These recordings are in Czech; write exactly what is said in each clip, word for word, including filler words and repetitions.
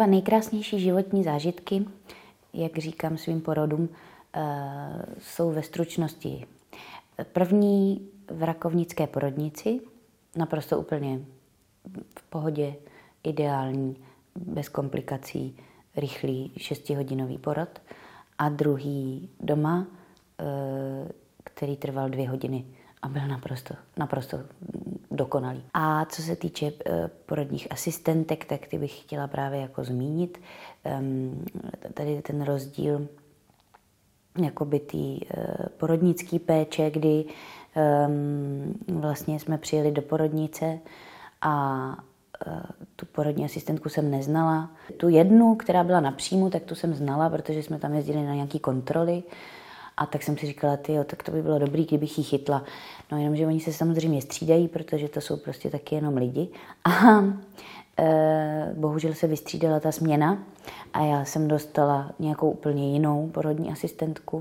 nejkrásnější životní zážitky, jak říkám svým porodům, jsou ve stručnosti. První v rakovnické porodnici, naprosto úplně v pohodě, ideální, bez komplikací, rychlý šestihodinový porod. A druhý doma, který trval dvě hodiny a byl naprosto, naprosto dokonalý. A co se týče porodních asistentek, tak ty bych chtěla právě jako zmínit. Tady ten rozdíl jakoby té porodnické péče, kdy vlastně jsme přijeli do porodnice a tu porodní asistentku jsem neznala. Tu jednu, která byla napřímo, tak tu jsem znala, protože jsme tam jezdili na nějaké kontroly. A tak jsem si říkala, tyjo, tak to by bylo dobrý, kdybych ji chytla. No jenomže oni se samozřejmě střídají, protože to jsou prostě taky jenom lidi. A e, bohužel se vystřídala ta směna a já jsem dostala nějakou úplně jinou porodní asistentku,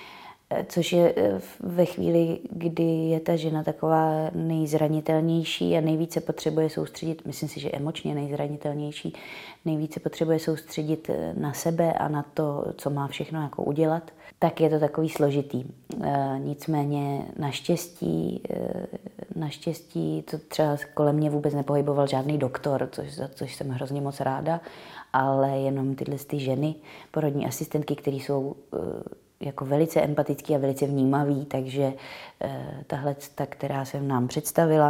což je ve chvíli, kdy je ta žena taková nejzranitelnější a nejvíce potřebuje soustředit, myslím si, že emočně nejzranitelnější, nejvíce potřebuje soustředit na sebe a na to, co má všechno jako udělat, tak je to takový složitý. E, nicméně naštěstí, e, naštěstí to třeba kolem mě vůbec nepohyboval žádný doktor, což, za což jsem hrozně moc ráda, ale jenom tyhle ty ženy, porodní asistentky, které jsou e, jako velice empatický a velice vnímavý, takže e, tahle, ta, která se nám představila,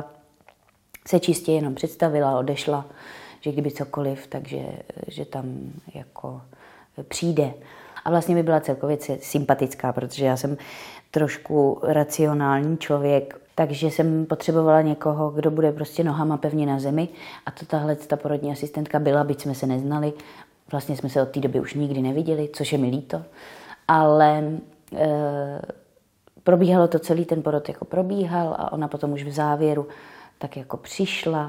se čistě jenom představila, odešla, že kdyby cokoliv, takže že tam jako přijde. A vlastně by byla celkově sympatická, protože já jsem trošku racionální člověk, takže jsem potřebovala někoho, kdo bude prostě nohama pevně na zemi. A to tahle ta porodní asistentka byla, byť jsme se neznali. Vlastně jsme se od té doby už nikdy neviděli, což je mi líto. Ale e, probíhalo to celý ten porod jako probíhal a ona potom už v závěru tak jako přišla.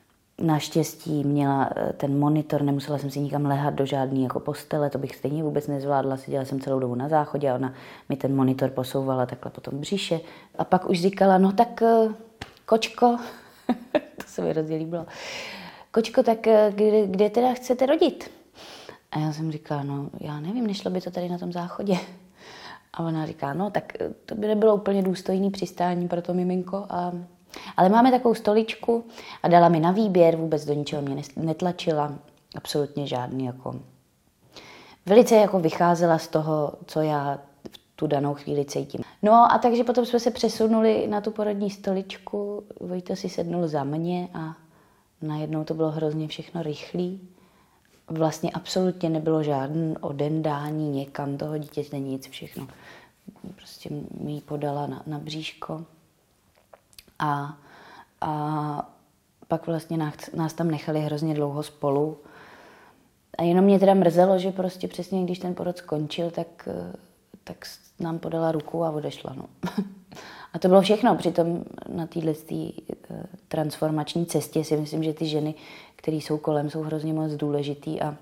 Naštěstí měla ten monitor, nemusela jsem si nikam lehat do žádný jako postele, to bych stejně vůbec nezvládla, seděla jsem celou dobu na záchodě a ona mi ten monitor posouvala takhle po tom břiše. A pak už říkala, no tak kočko, to se mi hrozně líbilo, kočko, tak kde, kde teda chcete rodit? A já jsem říkala, no já nevím, nešlo by to tady na tom záchodě. A ona říká, no tak to by nebylo úplně důstojný přistání pro to miminko, a, ale máme takovou stoličku a dala mi na výběr, vůbec do ničeho mě netlačila, absolutně žádný jako. Velice jako vycházela z toho, co já v tu danou chvíli cítím. No a takže potom jsme se přesunuli na tu porodní stoličku, Vojta si sednul za mě a najednou to bylo hrozně všechno rychlý. Vlastně absolutně nebylo žádný odendání někam toho dítěte, nic, všechno. Prostě mi ji podala na, na bříško. A, a pak vlastně nás, nás tam nechali hrozně dlouho spolu. A jenom mě teda mrzelo, že prostě přesně, když ten porod skončil, tak, tak nám podala ruku a odešla. No. A to bylo všechno. Přitom na této transformační cestě si myslím, že ty ženy, které jsou kolem, jsou hrozně moc důležitý a,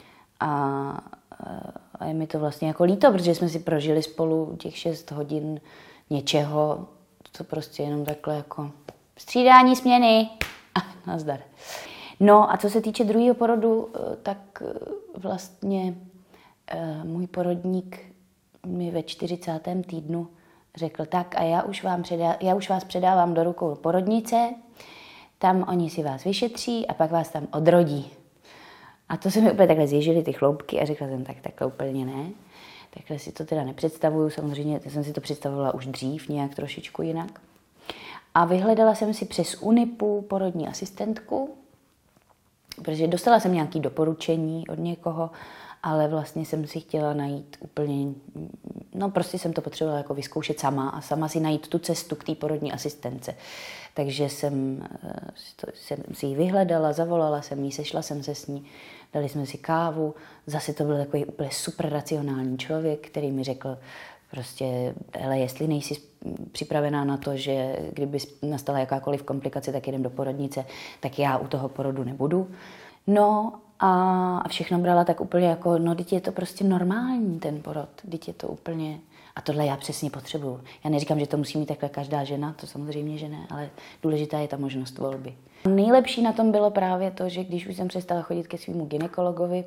a, a je mi to vlastně jako líto, protože jsme si prožili spolu těch šest hodin něčeho, co prostě jenom takhle jako střídání směny a nazdar. No a co se týče druhého porodu, tak vlastně můj porodník mi ve čtyřicátém týdnu řekl, tak a já už, vám předá, já už vás předávám do rukou porodnice, tam oni si vás vyšetří a pak vás tam odrodí. A to se mi úplně takhle zježily ty chloupky a řekla jsem, tak takhle úplně ne. Takhle si to teda nepředstavuju, samozřejmě jsem si to představovala už dřív, nějak trošičku jinak. A vyhledala jsem si přes Unipu porodní asistentku, protože dostala jsem nějaké doporučení od někoho, ale vlastně jsem si chtěla najít úplně, no prostě jsem to potřebovala jako vyzkoušet sama a sama si najít tu cestu k té porodní asistence. Takže jsem, jsem si ji vyhledala, zavolala jsem ji, sešla jsem se s ní, dali jsme si kávu. Zase to byl takový úplně super racionální člověk, který mi řekl prostě, hele, jestli nejsi připravená na to, že kdyby nastala jakákoliv komplikace, tak jdem do porodnice, tak já u toho porodu nebudu. No a všechno brala tak úplně jako, no teď je to prostě normální ten porod, teď je to úplně, a tohle já přesně potřebuju. Já neříkám, že to musí mít takhle každá žena, to samozřejmě, že ne, ale důležitá je ta možnost volby. Nejlepší na tom bylo právě to, že když už jsem přestala chodit ke svému gynekologovi,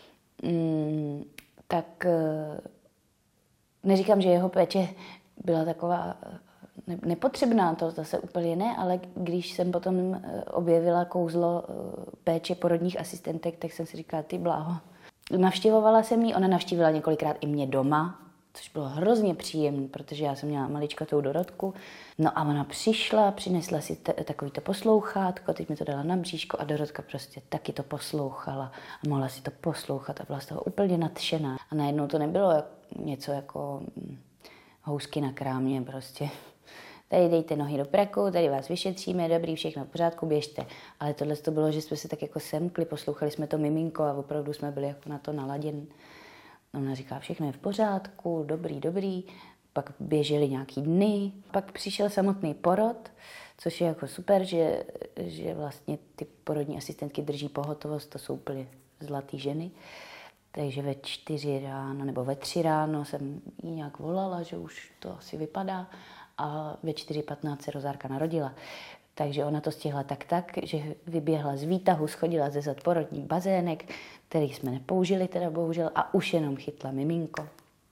tak neříkám, že jeho péče byla taková nepotřebná, to zase úplně ne, ale když jsem potom objevila kouzlo péče porodních asistentek, tak jsem si říkala, ty bláho. Navštěvovala jsem ji, ona navštívila několikrát i mě doma, což bylo hrozně příjemné, protože já jsem měla maličkatou Dorotku. No a ona přišla, přinesla si t- takovýto poslouchátko, teď mi to dala na bříško a Dorotka prostě taky to poslouchala a mohla si to poslouchat a byla z toho úplně nadšená. A najednou to nebylo jak, něco jako housky na krámě prostě. Tady dejte nohy do praku, tady vás vyšetříme, dobrý, všechno v pořádku, běžte. Ale tohle to bylo, že jsme se tak jako semkli, poslouchali jsme to miminko a opravdu jsme byli jako na to naladěni. Ona říká, všechno je v pořádku, dobrý, dobrý. Pak běžely nějaký dny. Pak přišel samotný porod, což je jako super, že, že vlastně ty porodní asistentky drží pohotovost, to jsou úplně zlatý ženy. Takže ve čtyři ráno nebo ve tři ráno jsem jí nějak volala, že už to asi vypadá. A ve čtyři patnáct se Rozárka narodila. Takže ona to stihla tak tak, že vyběhla z výtahu, schodila ze zad porodní bazének, který jsme nepoužili teda bohužel, a už jenom chytla miminko.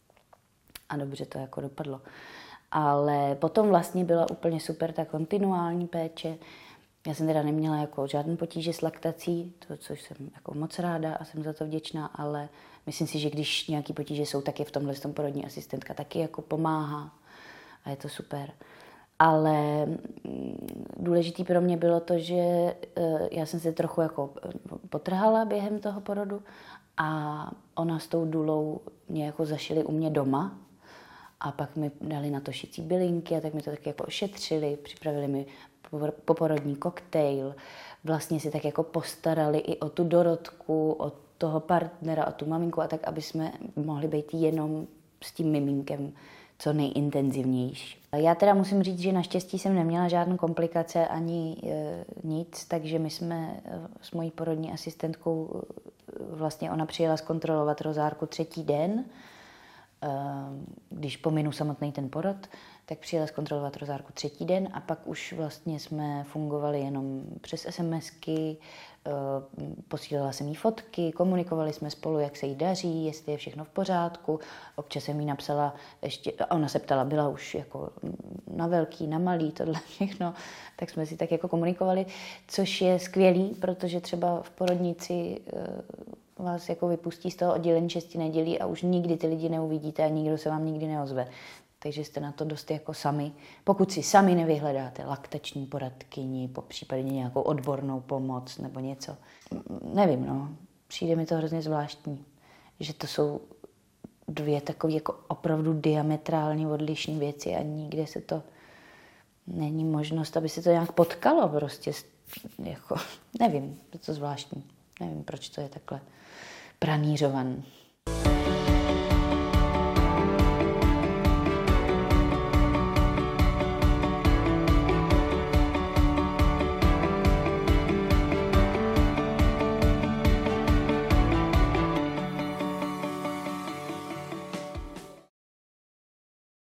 A dobře to jako dopadlo. Ale potom vlastně byla úplně super ta kontinuální péče. Já jsem teda neměla jako žádný potíže s laktací, to, což jsem jako moc ráda a jsem za to vděčná, ale myslím si, že když nějaký potíže jsou, tak je v tomhle tom porodní asistentka taky jako pomáhá a je to super. Ale důležitý pro mě bylo to, že já jsem se trochu jako potrhala během toho porodu a ona s tou dulou mě jako zašili u mě doma a pak mi dali na to šicí bylinky a tak mi to tak jako ošetřili, připravili mi poporodní koktejl, vlastně si tak jako postarali i o tu Dorotku, o toho partnera, o tu maminku a tak, aby jsme mohli být jenom s tím miminkem co nejintenzivnější. Já teda musím říct, že naštěstí jsem neměla žádnou komplikace ani e, nic, takže my jsme s mojí porodní asistentkou, vlastně ona přijela zkontrolovat Rozárku třetí den, e, když pominu samotný ten porod, tak přijela zkontrolovat Rozárku třetí den a pak už vlastně jsme fungovali jenom přes SMSky, posílala jsem jí fotky, komunikovali jsme spolu, jak se jí daří, jestli je všechno v pořádku. Občas jsem jí napsala, ještě, a ona se ptala, byla už jako na velký, na malý, tohle všechno, tak jsme si tak jako komunikovali, což je skvělý, protože třeba v porodnici vás jako vypustí z toho oddělení šesti nedělí a už nikdy ty lidi neuvidíte a nikdo se vám nikdy neozve. Takže jste na to dost jako sami. Pokud si sami nevyhledáte laktační poradkyni, po případě nějakou odbornou pomoc nebo něco. Nevím, no. Přijde mi to hrozně zvláštní, že to jsou dvě takové jako opravdu diametrálně odlišné věci a nikde se to není možnost, aby se to nějak potkalo prostě. Jako, nevím, je to zvláštní. Nevím, proč to je takhle pranířovaný.